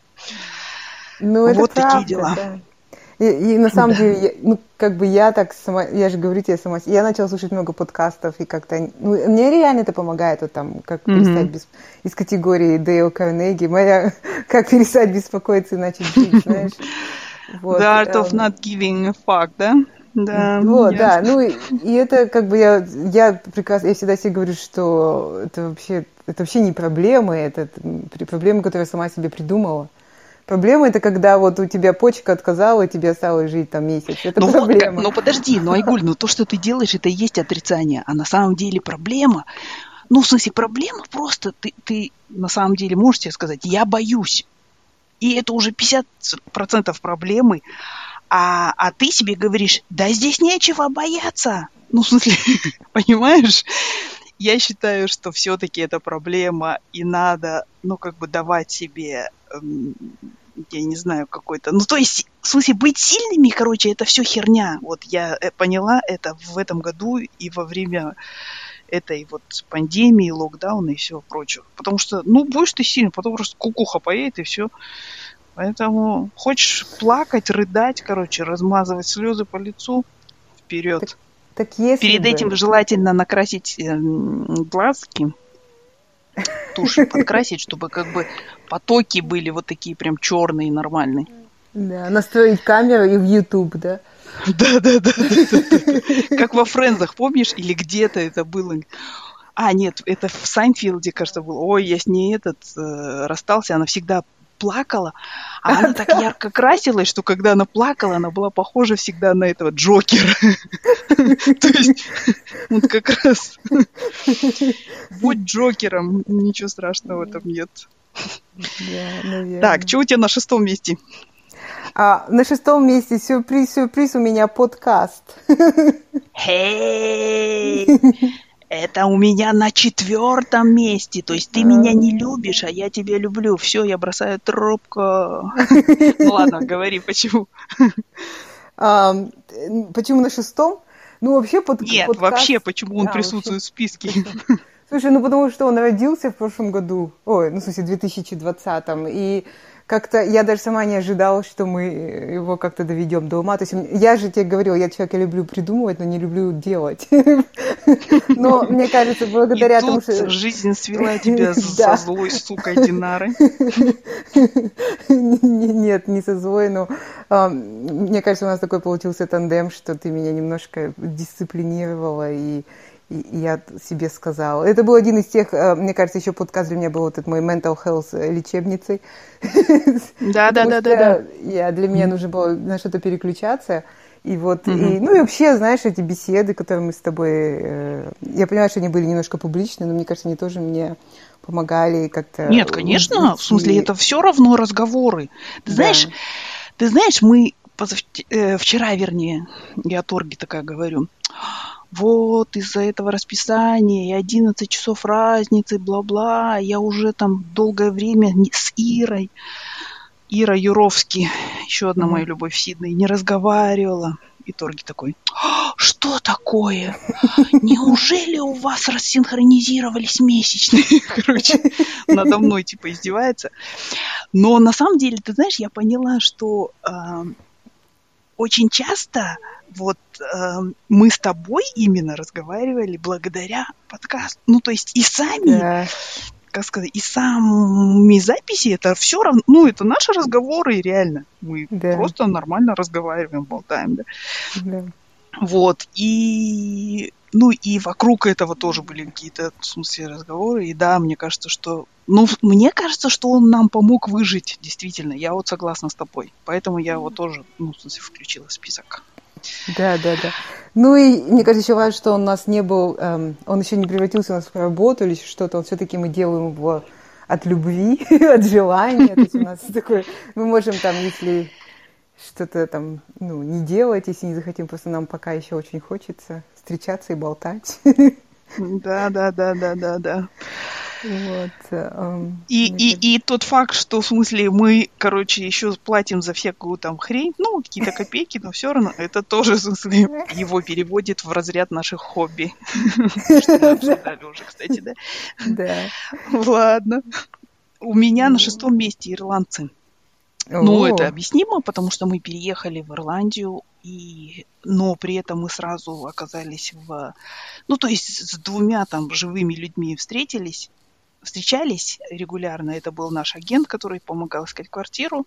Ну, это вот правда, такие дела. Да. И, и на самом да. деле, я, ну, как бы я так сама, я же говорю тебе сама, я начала слушать много подкастов, и как-то, ну, мне реально это помогает, вот там, как mm-hmm. перестать без, из категории Дейл Карнеги, моя, как перестать беспокоиться и начать жить, знаешь. Вот, The art of not giving a fuck, да? Да, вот, да, ну, и, и это как бы я, я прекрасно, я всегда себе говорю, что это вообще, это вообще не проблемы, это, это проблемы, которые я сама себе придумала. Проблема это когда вот у тебя почка отказала, и тебе осталось жить там месяц. Это ну проблема. Вот, ну подожди, ну Айгуль, ну то, что ты делаешь, это и есть отрицание. А на самом деле проблема, ну в смысле проблема просто, ты, ты на самом деле можешь себе сказать, я боюсь. И это уже пятьдесят процентов проблемы. А, а ты себе говоришь, да здесь нечего бояться. Ну в смысле, понимаешь? Я считаю, что все-таки это проблема, и надо, ну как бы давать себе... Эм, я не знаю, какой-то... Ну, то есть, в смысле, быть сильными, короче, это все херня. Вот я поняла это в этом году и во время этой вот пандемии, локдауна и всего прочего. Потому что, ну, будешь ты сильным, потом просто кукуха поедет и все. Поэтому хочешь плакать, рыдать, короче, размазывать слезы по лицу, вперед. Так, так если Перед бы... этим желательно накрасить э, глазки, тушью подкрасить, чтобы как бы потоки были вот такие прям черные, нормальные. Да, настроить камеру и в YouTube, да? Да, да, да, да, да. Как во Френдзах, помнишь? Или где-то это было. А, нет, это в Сайнфилде, кажется, было. Ой, я с ней этот э, расстался, она всегда плакала, а она так ярко красилась, что когда она плакала, она была похожа всегда на этого Джокера. То есть, вот как раз будь Джокером, ничего страшного в этом нет. Да, наверное. Так, что у тебя на шестом месте? А, на шестом месте сюрприз, сюрприз, у меня подкаст. Хей! Это у меня на четвертом месте. То есть ты меня не любишь, а я тебя люблю. Все, я бросаю трубку. Ну ладно, говори, почему? Почему на шестом? Ну, вообще под, Нет, подкаст... вообще, почему он а, присутствует вообще... в списке? Слушай, ну потому что он родился в прошлом году, ой, ну в смысле в две тысячи двадцатом, и как-то я даже сама не ожидала, что мы его как-то доведем до ума. То есть я же тебе говорила, я человек, я люблю придумывать, но не люблю делать. Но мне кажется, благодаря тому, что... жизнь свела тебя со злой сукой Динарой. Нет, не со злой, но мне кажется, у нас такой получился тандем, что ты меня немножко дисциплинировала, и И я себе сказала. Это был один из тех, мне кажется, еще подкаст для меня был вот этот мой mental health лечебницей. Да, да, да, да, да. Я, для меня нужно было на что-то переключаться. И вот, угу. и, ну и вообще, знаешь, эти беседы, которые мы с тобой... Э, я понимаю, что они были немножко публичны, но мне кажется, они тоже мне помогали как-то... Нет, конечно, уйти. В смысле, это все равно разговоры. Ты да. знаешь, ты знаешь, мы позав... э, вчера, вернее, я Торге такая говорю... Вот из-за этого расписания и одиннадцать часов разницы, бла-бла, я уже там долгое время с Ирой, Ира Юровский, еще одна mm-hmm. моя любовь в Сиднее, не разговаривала. И Торги такой, что такое? Неужели у вас рассинхронизировались месячные? Короче, надо мной типа издевается. Но на самом деле, ты знаешь, я поняла, что э, очень часто... Вот э, мы с тобой именно разговаривали благодаря подкасту. Ну, то есть и сами, да. как сказать, и сами записи, это все равно, ну, это наши разговоры, реально. Мы да. просто нормально разговариваем, болтаем, да. да. Вот, и, ну, и вокруг этого тоже были какие-то, в смысле, разговоры. И да, мне кажется, что, ну, мне кажется, что он нам помог выжить, действительно. Я вот согласна с тобой. Поэтому я его тоже, ну, в смысле, включила в список. Да, да, да. Ну и мне кажется, еще важно, что он у нас не был, эм, он еще не превратился у нас в работу или что-то, он все-таки мы делаем его от любви, от желания. То есть у нас такой, мы можем там, если что-то там, ну, не делать, если не захотим, просто нам пока еще очень хочется встречаться и болтать. Да, да, да, да, да, да. Вот. Um, и, и, и тот факт, что в смысле мы, короче, еще платим за всякую там хрень, ну, какие-то копейки, но все равно это тоже, в смысле, его переводит в разряд наших хобби. Что мы обсуждали уже, кстати, да? Да. Ладно. У меня на шестом месте ирландцы. Ну, это объяснимо, потому что мы переехали в Ирландию, и, но при этом мы сразу оказались в... Ну, то есть с двумя там живыми людьми встретились, встречались регулярно. Это был наш агент, который помогал искать квартиру.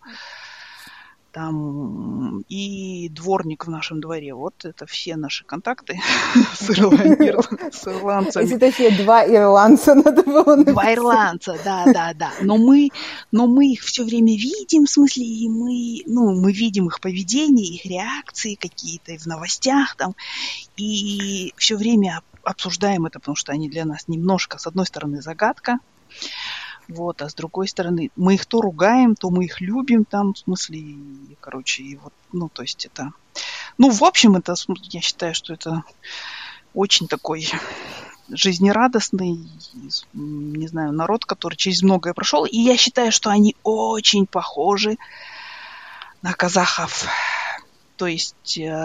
Там и дворник в нашем дворе. Вот это все наши контакты с ирландцами. Если точнее, два ирландца надо было написать. Два ирландца, да, да, да. Но мы, но мы их все время видим, в смысле, и мы, ну, мы видим их поведение, их реакции какие-то в новостях там, и все время обсуждаем это, потому что они для нас немножко, с одной стороны, загадка. Вот, а с другой стороны, мы их то ругаем, то мы их любим там, в смысле, и, короче, и вот, ну, то есть это... Ну, в общем, это, я считаю, что это очень такой жизнерадостный, не знаю, народ, который через многое прошел. И я считаю, что они очень похожи на казахов. То есть э,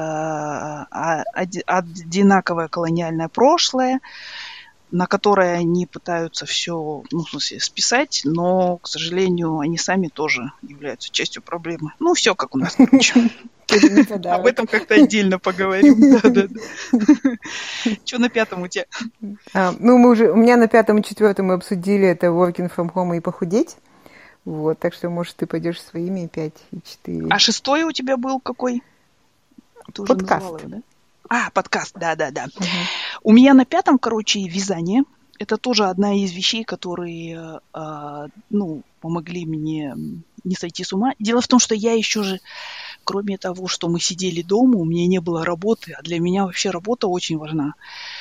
одинаковое колониальное прошлое, на которое они пытаются все, ну, в смысле, списать, но, к сожалению, они сами тоже являются частью проблемы. Ну, все как у нас, короче. Об этом как-то отдельно поговорим. Что на пятом у тебя? Ну, мы уже, у меня на пятом и четвертом мы обсудили это working from home и похудеть. Вот, так что, может, ты пойдешь своими пять и четыре. А шестой у тебя был какой? Ты уже Подкаст. называла его, да? А, подкаст, да-да-да. Угу. У меня на пятом, короче, вязание. Это тоже одна из вещей, которые, э, ну, помогли мне не сойти с ума. Дело в том, что я еще же, кроме того, что мы сидели дома, у меня не было работы, а для меня вообще работа очень важна.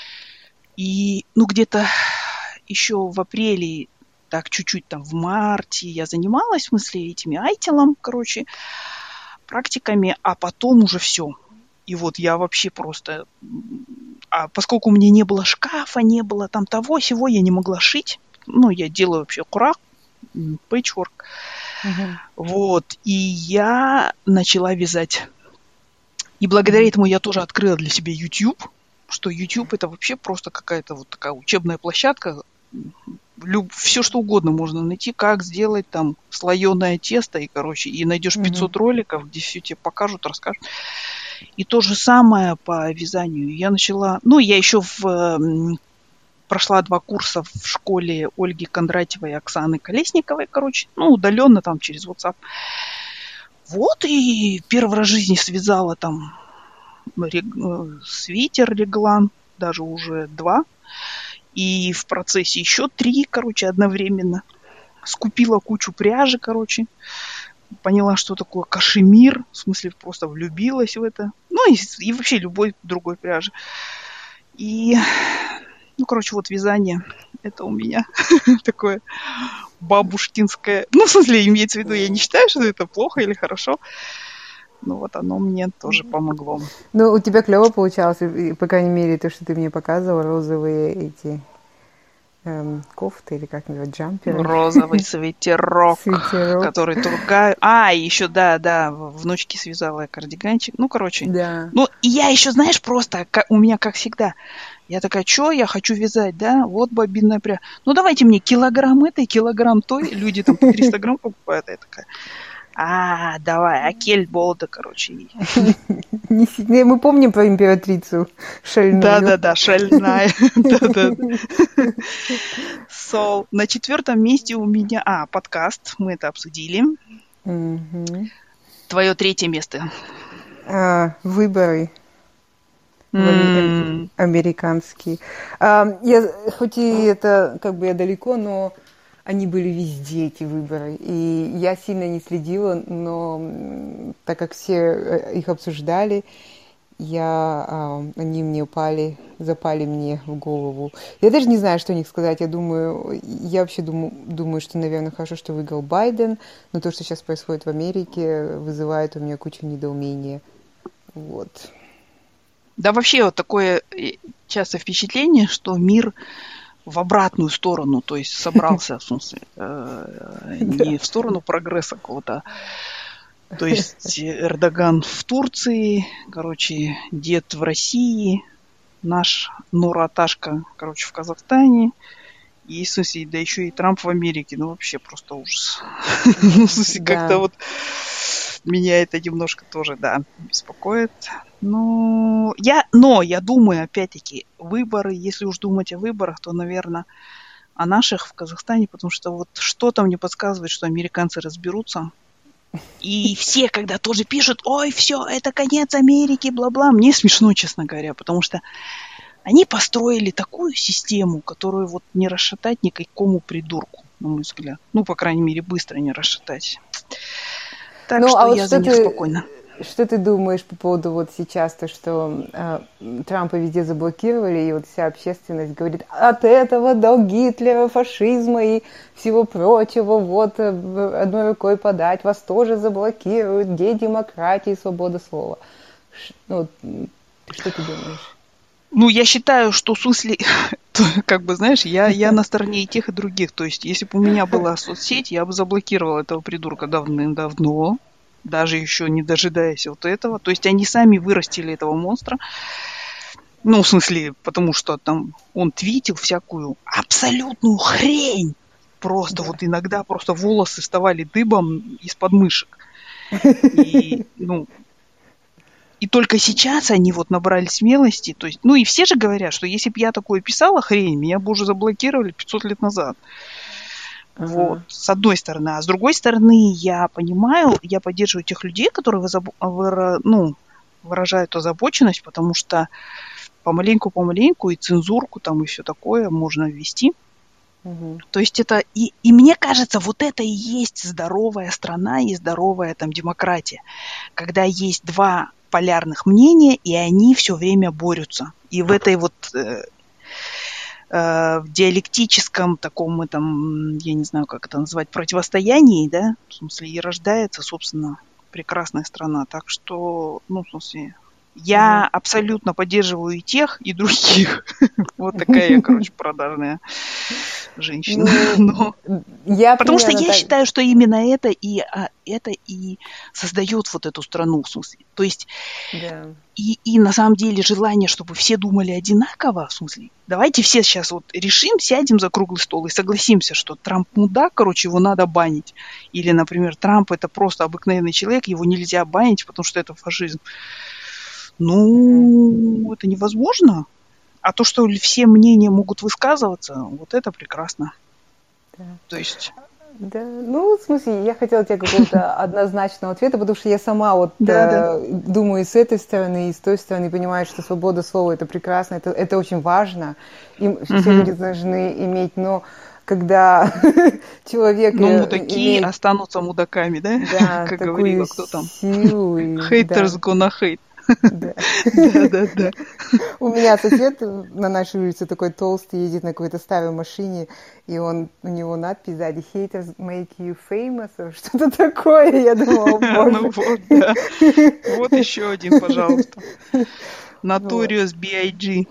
И, ну, где-то еще в апреле, так чуть-чуть там в марте я занималась, в смысле, этими айтелом, короче, практиками, а потом уже все. И вот я вообще просто... А поскольку у меня не было шкафа, не было там того, сего, я не могла шить. Ну, я делаю вообще курак, пэтчворк. Uh-huh. Вот. И я начала вязать. И благодаря uh-huh. этому я тоже открыла для себя YouTube, что YouTube это вообще просто какая-то вот такая учебная площадка. Люб... Все что угодно можно найти, как сделать там слоеное тесто, и, короче, и найдешь пятьсот uh-huh. роликов, где все тебе покажут, расскажут. И то же самое по вязанию. Я начала... Ну, я еще в, прошла два курса в школе Ольги Кондратьевой и Оксаны Колесниковой, короче. Ну, удаленно там через WhatsApp. Вот, и первый раз в жизни связала там рег... свитер реглан, даже уже два. И в процессе еще три, короче, одновременно. Скупила кучу пряжи, короче. Поняла, что такое кашемир, в смысле просто влюбилась в это. Ну и, и вообще любой другой пряжи. И, ну, короче, вот вязание, это у меня такое бабушкинское. Ну, в смысле, имеется в виду, я не считаю, что это плохо или хорошо. Но вот оно мне тоже помогло. Ну, у тебя клево получалось, по крайней мере, то, что ты мне показывала, розовые эти... кофты, или как называть, джамперы. Розовый свитерок, свитерок. который тургаю. А, еще, да, да, внучке связала я кардиганчик. Ну, короче. Да. Ну, и я еще, знаешь, просто, как, у меня, как всегда, я такая, что я хочу вязать, да? Вот бобинная пряжа. Ну, давайте мне килограмм этой, килограмм той. Люди там по триста грамм покупают. Я такая, а, давай, Акель Болда, короче. Мы помним про императрицу шальную. Да-да-да, шальная. So, на четвертом месте у меня... А, подкаст, мы это обсудили. Твое третье место. Выборы. Американские. Я, хоть и это как бы я далеко, но... Они были везде, эти выборы. И я сильно не следила, но так как все их обсуждали, я, они мне упали, запали мне в голову. Я даже не знаю, что о них сказать. Я думаю, я вообще думаю, думаю, что, наверное, хорошо, что выиграл Байден, но то, что сейчас происходит в Америке, вызывает у меня кучу недоумения. Вот. Да, вообще вот такое часто впечатление, что мир... в обратную сторону, то есть собрался, в смысле, э, не в сторону прогресса какого-то. То есть Эрдоган в Турции, короче, дед в России, наш Нураташка, короче, в Казахстане, и, в смысле, да еще и Трамп в Америке. Ну, вообще просто ужас. Ну, в смысле, как-то вот меня это немножко тоже, да, беспокоит. Ну, я, но я думаю, опять-таки, выборы, если уж думать о выборах, то, наверное, о наших в Казахстане, потому что вот что-то мне подсказывает, что американцы разберутся. И все, когда тоже пишут, ой, все, это конец Америки, бла-бла, мне смешно, честно говоря, потому что они построили такую систему, которую вот не расшатать никакому придурку, на мой взгляд. Ну, по крайней мере, быстро не расшатать. Так ну, что а вот я что за них ты, спокойна. Что ты думаешь по поводу вот сейчас, то, что э, Трампа везде заблокировали, и вот вся общественность говорит, от этого до Гитлера, фашизма и всего прочего, вот одной рукой подать, вас тоже заблокируют, где демократия и свобода слова. Ш, ну, что ты думаешь? Ну, я считаю, что в смысле, как бы, знаешь, я, я на стороне и тех, и других. То есть, если бы у меня была соцсеть, я бы заблокировала этого придурка давным-давно, даже еще не дожидаясь вот этого. То есть, они сами вырастили этого монстра. Ну, в смысле, потому что там он твитил всякую абсолютную хрень. Просто да. Вот иногда просто волосы вставали дыбом из подмышек. И, ну... И только сейчас они вот набрали смелости. То есть, ну и все же говорят, что если бы я такое писала хрень, меня бы уже заблокировали пятьсот лет назад. Uh-huh. Вот, с одной стороны. А с другой стороны, я понимаю, я поддерживаю тех людей, которые возоб... ну, выражают озабоченность, потому что помаленьку-помаленьку и цензурку там и все такое можно ввести. Мгм. То есть это, и, и мне кажется, вот это и есть здоровая страна и здоровая там демократия, когда есть два полярных мнения, и они все время борются. И в этой вот э, э, в диалектическом таком этом, я не знаю, как это назвать, противостоянии, да, в смысле, и рождается, собственно, прекрасная страна. Так что, ну, в смысле, я Мгм. абсолютно поддерживаю и тех, и других. Вот такая я, короче, продажная женщина. Ну, Но я потому что примерно я так. считаю, что именно это и, а, это и создает вот эту страну, в смысле. То есть Да. и, и на самом деле желание, чтобы все думали одинаково, в смысле, давайте все сейчас вот решим, сядем за круглый стол и согласимся, что Трамп мудак, короче, его надо банить. Или, например, Трамп это просто обыкновенный человек, его нельзя банить, потому что это фашизм. Мгм. Ну, это невозможно. А то, что все мнения могут высказываться, вот это прекрасно. Да. То есть, Да, ну, в смысле, я хотела тебе какого-то однозначного ответа, потому что я сама вот да, да. э, думаю и с этой стороны, и с той стороны, понимаю, что свобода слова – это прекрасно, это, это очень важно, и все Мгм. люди должны иметь, но когда человек Но э, мудаки имеет, останутся мудаками, да? да, Как такую говорила кто там? силу, и, Haters да, gonna hate. да. Да, да, да. У меня сосед на нашей улице такой толстый, едет на какой-то старой машине, и он, у него надпись сзади «Haters make you famous», or что-то такое. Я думала, о Ну боже. вот, да. Вот еще один, пожалуйста. Вот. Notorious би ай джи.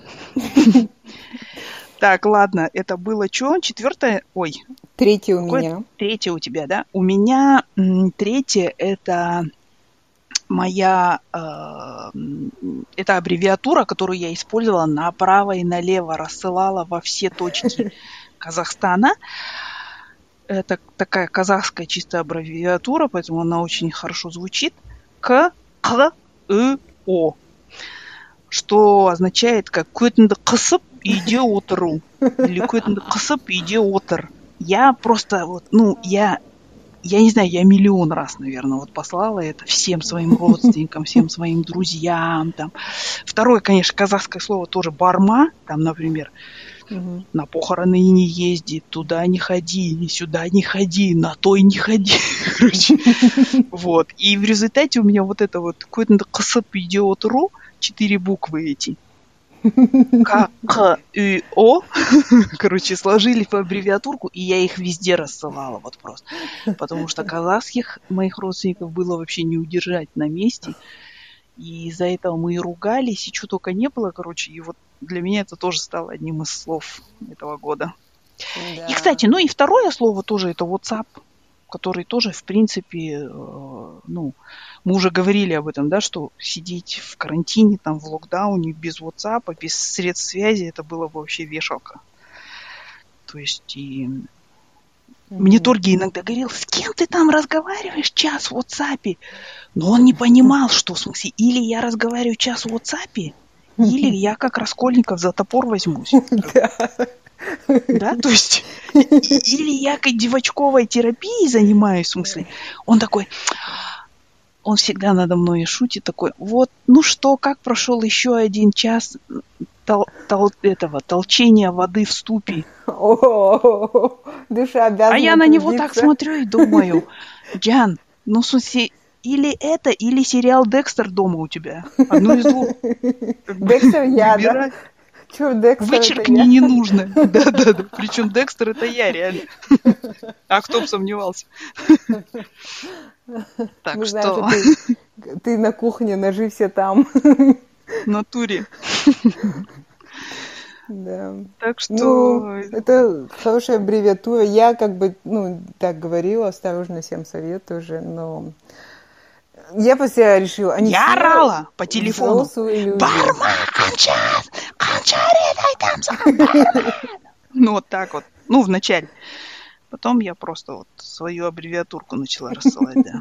Так, ладно, это было что? Четвертое? Ой, Третий у какое меня. третье у тебя, да? У меня м, третье это моя, э, м, это аббревиатура, которую я использовала направо и налево, рассылала во все точки Казахстана. Это такая казахская чистая аббревиатура, поэтому она очень хорошо звучит. К, К, И, О. Что означает как «көтінді қысып үйде отыру» или «көтінді қысып үйде отыр». Я просто вот, ну, я, я не знаю, я миллион раз, наверное, вот послала это всем своим родственникам, всем своим друзьям. Там. Второе, конечно, казахское слово тоже «барма», там, например, Мгм. на похороны не езди, туда не ходи, сюда не ходи, на той не ходи. Короче, вот. И в результате у меня вот это вот «көтінді қысып үйде отыру», четыре буквы эти. К, К, И, О. Короче, сложили в аббревиатурку, и я их везде рассылала вот просто. Потому что казахских моих родственников было вообще не удержать на месте. И из-за этого мы и ругались, и что только не было, короче. И вот для меня это тоже стало одним из слов этого года. И, Да. кстати, ну и второе слово тоже это WhatsApp, который тоже, в принципе, э, ну, мы уже говорили об этом, да, что сидеть в карантине, там, в локдауне без WhatsApp, без средств связи, это было бы вообще вешалка. То есть и мне Мгм. Торги иногда говорил, с кем ты там разговариваешь час в WhatsApp? Но он не понимал, что в смысле, или я разговариваю час в WhatsApp, или я как Раскольников за топор возьмусь. Да, то есть, и- или я как девочковой терапией занимаюсь, в смысле. Он такой, он всегда надо мной шутит, такой, вот, ну что, как прошел еще один час тол- тол- этого, толчения воды в ступе? О, душа А я обязана на него так трудиться. смотрю и думаю, Джан, ну, в смысле, или это, или сериал «Декстер» дома у тебя. Одно из двух. Как бы Декстер я, да? выбирай. Чё, Декстер это Вычеркни я? ненужное. Да-да-да. Причем Декстер это я, реально. А кто бы сомневался. Так Мы знаем, что что ты, ты на кухне, ножи все там. в натуре. Да. Так Ну, что это хорошая аббревиатура. Я как бы, ну, так говорила, осторожно всем советую уже, но я после решила, они я все орала по телефону. взрослые люди. Барма, кончас, кончари, дай там сам, барма. Ну, вот так вот. Ну, вначале. Потом я просто вот свою аббревиатурку начала рассылать, да.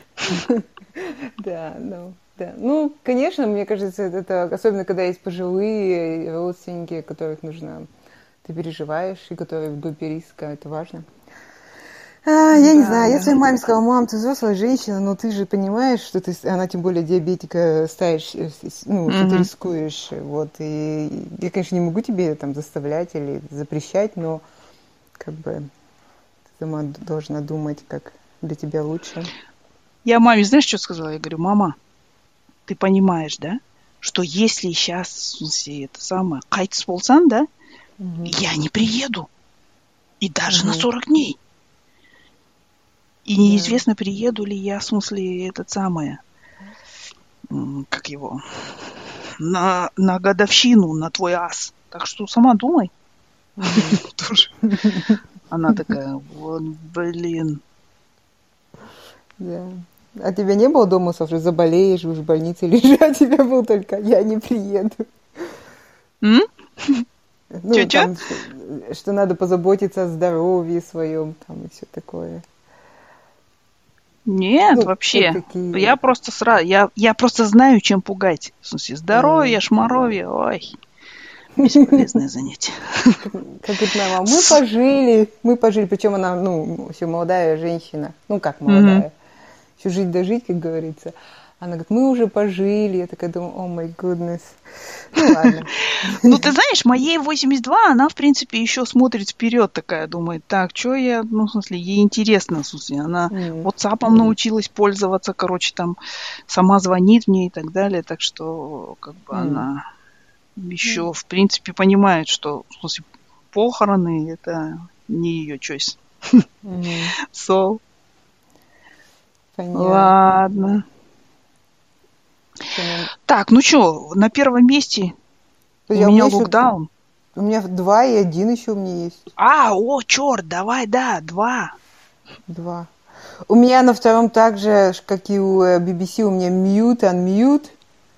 Да, ну, да. Ну, конечно, мне кажется, это особенно когда есть пожилые родственники, о которых нужно, ты переживаешь, и которые в группе риска, это важно. А, я не Да, знаю, я да. своей маме сказала: мам, ты взрослая женщина, но ты же понимаешь, что ты, она тем более диабетика ставишь, э, с- ну, что ты Мгм. рискуешь, вот, и я, конечно, не могу тебе там заставлять или запрещать, но как бы ты сама д- должна думать, как для тебя лучше. Я маме, знаешь, что сказала? Я говорю, мама, ты понимаешь, да, что если сейчас, в смысле, это самое, қайтыс болсаң, да, Мгм. я не приеду. И даже на Мгм. сорок дней. И Да. неизвестно, приеду ли я, в смысле, этот самое, м, как его, на, на годовщину, на твой ас. Так что сама думай. Мгм. Тоже. Она такая, вот, блин. Да. А тебя не было дома, что заболеешь, будешь в больнице лежать, а тебя был только «я не приеду». М? Ну, Чё-чё? там, что, что надо позаботиться о здоровье своем, там, и все такое. Нет, Ну, как вообще. какие... Я просто сразу, я, я просто знаю, чем пугать. В смысле, здоровье, м, шмаровье, ой, бесполезное занятие. Как, как говорит моя мама, мы С- пожили, мы пожили. Причем она, ну, еще молодая женщина. Ну, как Мгм. молодая. Еще жить да жить, как говорится. Она говорит, мы уже пожили. Я такая думаю, о май гуднес. Ну, ладно. Ну, ты знаешь, моей восемьдесят два, она, в принципе, еще смотрит вперед такая, думает, так, что я, ну, в смысле, ей интересно, в смысле, она М, WhatsApp научилась пользоваться, короче, там, сама звонит мне и так далее, так что, как бы, м, она еще, в принципе, понимает, что, в смысле, похороны — это не ее choice. мгм. So, Понятно. ладно. Что нам... Так, ну что, на первом месте у Подожди, а у меня меня еще... локдаун. У меня два и один еще у меня есть. А, о, черт, давай, да, два. Два. У меня на втором также, ш- как и у э, би би си, у меня mute, unmute.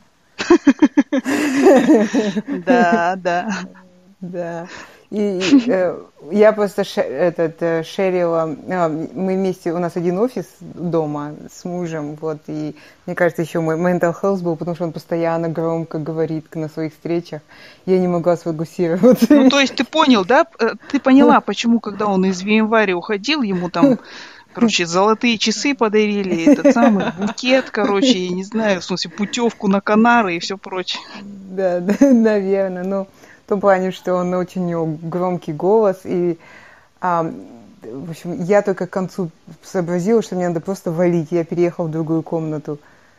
Да, да. Да. И э, я просто ше- этот, э, шерила, а, мы вместе, у нас один офис дома с мужем, вот, и мне кажется, еще мой mental health был, потому что он постоянно громко говорит на своих встречах, я не могла сфокусироваться. Ну, то есть ты понял, да? Э, Ты поняла, почему, когда он из января уходил, ему там, короче, золотые часы подарили, этот самый букет, короче, я не знаю, в смысле, путевку на Канары и все прочее. Да, да, наверное, ну, в том плане, что он очень у него громкий голос, и а, в общем, я только к концу сообразила, что мне надо просто валить. Я переехала в другую комнату.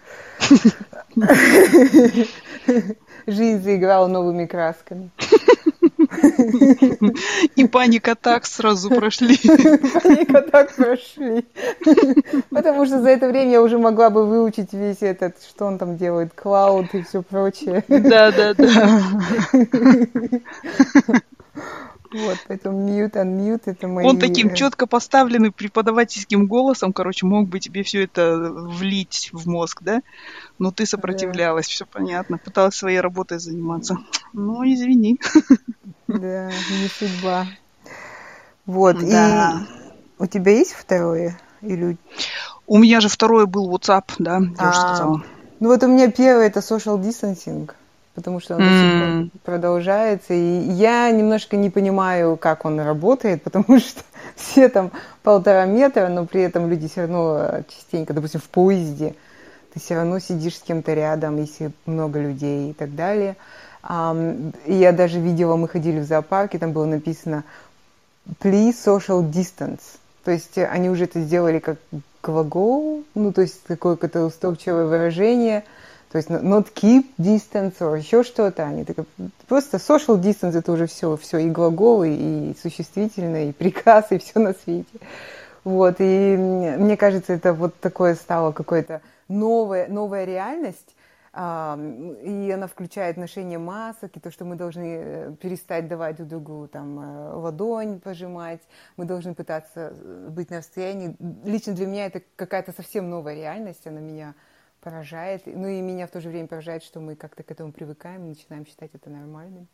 Жизнь заиграла новыми красками. И паника-атак сразу прошли. Паника так прошли. Потому что за это время я уже могла бы выучить весь этот, что он там делает, клауд и все прочее. Да, да, да. Вот, поэтому mute, unmute это Он мои... таким э, четко поставленным преподавательским голосом, короче, мог бы тебе все это влить в мозг, да? Но ты Да, сопротивлялась, все понятно, пыталась своей работой заниматься. Ну, извини. да, не судьба. Вот, Да. и у тебя есть второе? Или... У меня же второй был WhatsApp, да, я уже А, сказала. ну вот у меня первое это social distancing, потому что он до сих пор М, продолжается, и я немножко не понимаю, как он работает, потому что все там полтора метра, но при этом люди все равно частенько, допустим, в поезде, ты все равно сидишь с кем-то рядом, если много людей и так далее. Ам, и я даже видела, мы ходили в зоопарк, и там было написано please social distance. То есть э, они уже это сделали как глагол, ну, то есть какое-то устойчивое выражение, то есть not keep distance, or еще что-то. Они так, просто social distance это уже все, все и глаголы, и существительное, и приказ, и все на свете. Вот, и мне кажется, это вот такое стало какое-то новая, новая реальность, а, и она включает ношение масок, и то, что мы должны перестать давать друг другу там, ладонь пожимать, мы должны пытаться быть на расстоянии. Лично для меня это какая-то совсем новая реальность, она меня поражает. Ну и меня в то же время поражает, что мы как-то к этому привыкаем и начинаем считать это нормальным.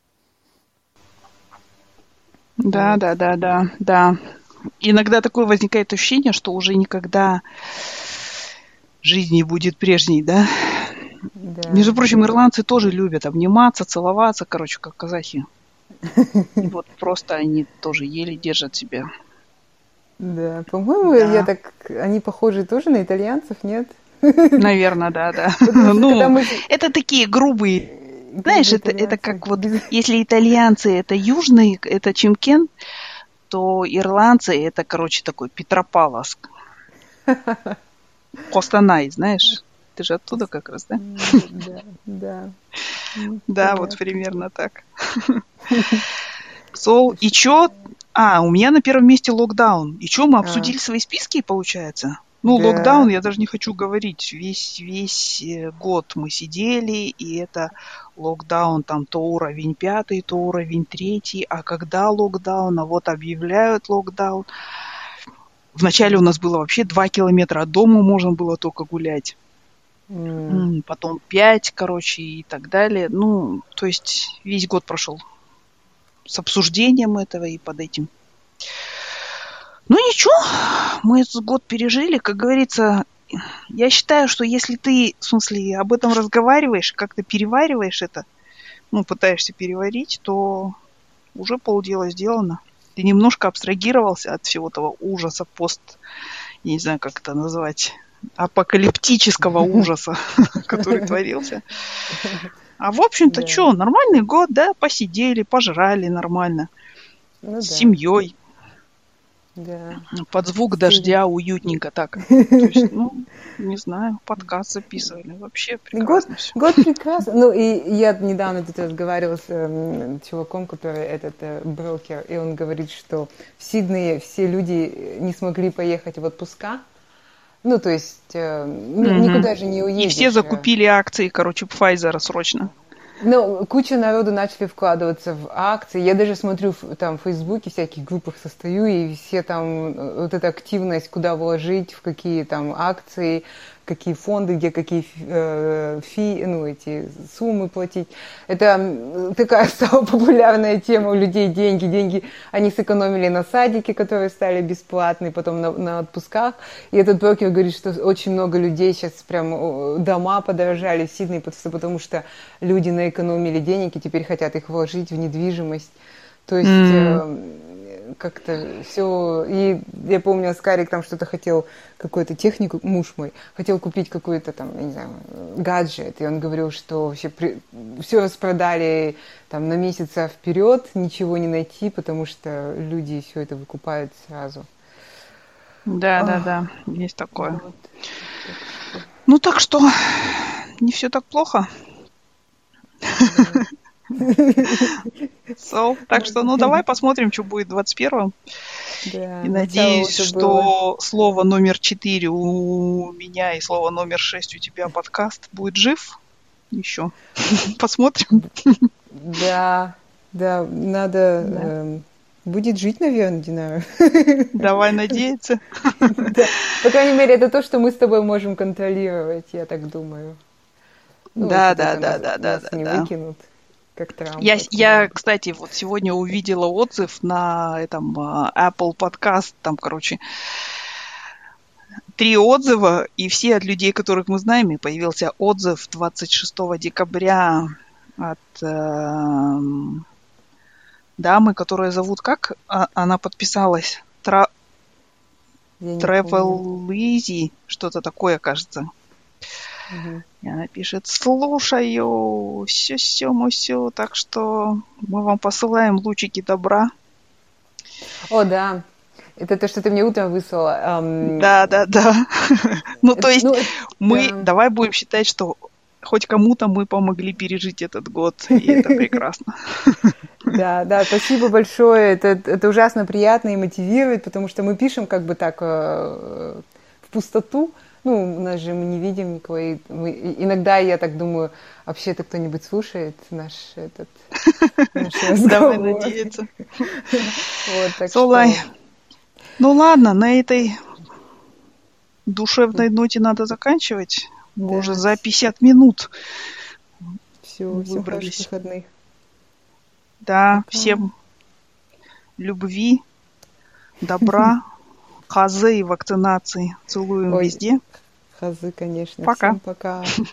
Да, Вот. да, да, да, да. Иногда такое возникает ощущение, что уже никогда жизнь не будет прежней, да? Между Да, прочим, да. ирландцы тоже любят обниматься, целоваться, короче, как казахи. И вот просто они тоже еле держат себя. Да, по-моему, Да. я так, они похожи тоже на итальянцев, нет? Наверное, да, да. Потому что когда Ну, мы это такие грубые. Знаешь, грубые это, это итальянцы, как вот, без- если итальянцы это южный, это Чимкен, то ирландцы это, короче, такой Петропавловск. Костанай, знаешь? Ты же оттуда как раз, да? да, да, ну, Да, вот понятно. примерно так. So, и чё? А, у меня на первом месте локдаун. И чё, мы А, обсудили свои списки, получается? Ну, локдаун, да. я даже не хочу говорить. Весь, весь э, год мы сидели, и это локдаун там то уровень пятый, то уровень третий. А когда локдаун? А вот объявляют локдаун. Вначале у нас было вообще два километра от дома, можно было только гулять. М, М, Потом пять, короче, и так далее. Ну, то есть весь год прошел с обсуждением этого и под этим. Ну ничего, мы этот год пережили, как говорится. Я считаю, что если ты, в смысле, об этом разговариваешь, как-то перевариваешь это, ну, пытаешься переварить, то уже полдела сделано. Ты немножко абстрагировался от всего того ужаса, пост, я не знаю, как это назвать, апокалиптического ужаса, который творился. А в общем-то, да, что, нормальный год, да, посидели, пожрали нормально, ну с да, семьей, да. под звук Стиль. дождя, уютненько так. То есть, ну, не знаю, подкаст записывали. Вообще Год, прекрасно все. год прекрасно. Ну, и я недавно тут разговаривала с эм, чуваком, который этот э, брокер, и он говорит, что в Сиднее все люди не смогли поехать в отпуска. Ну, то есть э, ни- Мгм. никуда же не И все уедешь. э. закупили акции, короче, Pfizer срочно. Ну, куча народу начали вкладываться в акции. Я даже смотрю в- там в Фейсбуке, всяких группах состою, и все там, э, вот эта активность, куда вложить, в какие там акции, какие фонды, где какие э, фи, ну, эти суммы платить. Это м, такая стала популярная тема у людей, деньги. Деньги они сэкономили на садике, которые стали бесплатные, потом на, на отпусках. И этот брокер говорит, что очень много людей сейчас прям о, дома подорожали в Сиднее, просто потому что люди наэкономили денег и теперь хотят их вложить в недвижимость. То есть М, э, как-то все. И я помню, Аскарик там что-то хотел, какую-то технику, муж мой, хотел купить какой-то там, я не знаю, гаджет. И он говорил, что вообще при... все распродали там на месяца вперед, ничего не найти, потому что люди все это выкупают сразу. Да, да, Ах, да, есть такое. вот. Так что, Ну так что, не все так плохо. да. So, так что, ну давай посмотрим, что будет в двадцать первом. Да, И начало надеюсь, уже было. что слово номер четыре у меня и слово номер шесть у тебя подкаст будет жив еще. Посмотрим. Да, да, надо... Да. эм, будет жить, наверное, не знаю. Давай надеяться. Да. По крайней мере, это то, что мы с тобой можем контролировать, я так думаю. Ну, Да, если да, только да, нас, да, да, нас да, не да. выкинут, как Трамп Я, я, откуда-нибудь. кстати, вот сегодня увидела отзыв на этом а, Apple подкаст, там, короче, три отзыва, и все от людей, которых мы знаем, и появился отзыв двадцать шестого декабря от эм, дамы, которая зовут как? А- она подписалась? Тра- Я не помню. Travel Easy, что-то такое, кажется. Мгм. И она пишет: слушаю, все-все-мусю, так что мы вам посылаем лучики добра. О, да. Это то, что ты мне утром выслала. Ам, Да, да, да. Ну, то это- есть ну, это- мы, да. давай будем считать, что хоть кому-то мы помогли пережить этот год, и это прекрасно. Да, да, спасибо большое. Это, это ужасно приятно и мотивирует, потому что мы пишем как бы так э, в пустоту. Ну, у нас же мы не видим никого. И мы, и иногда я так думаю, вообще-то кто-нибудь слушает наш этот наш Давай разговор. надеяться. Вот, так Солай, что ну ладно, на этой душевной ноте надо заканчивать. Мы уже да, за пятьдесят минут все, всем хороших выбрались. выходных. Да, Пока. всем любви, добра, хазы и вакцинации. Целуем Ой, везде. хазы, конечно. Пока. Всем пока.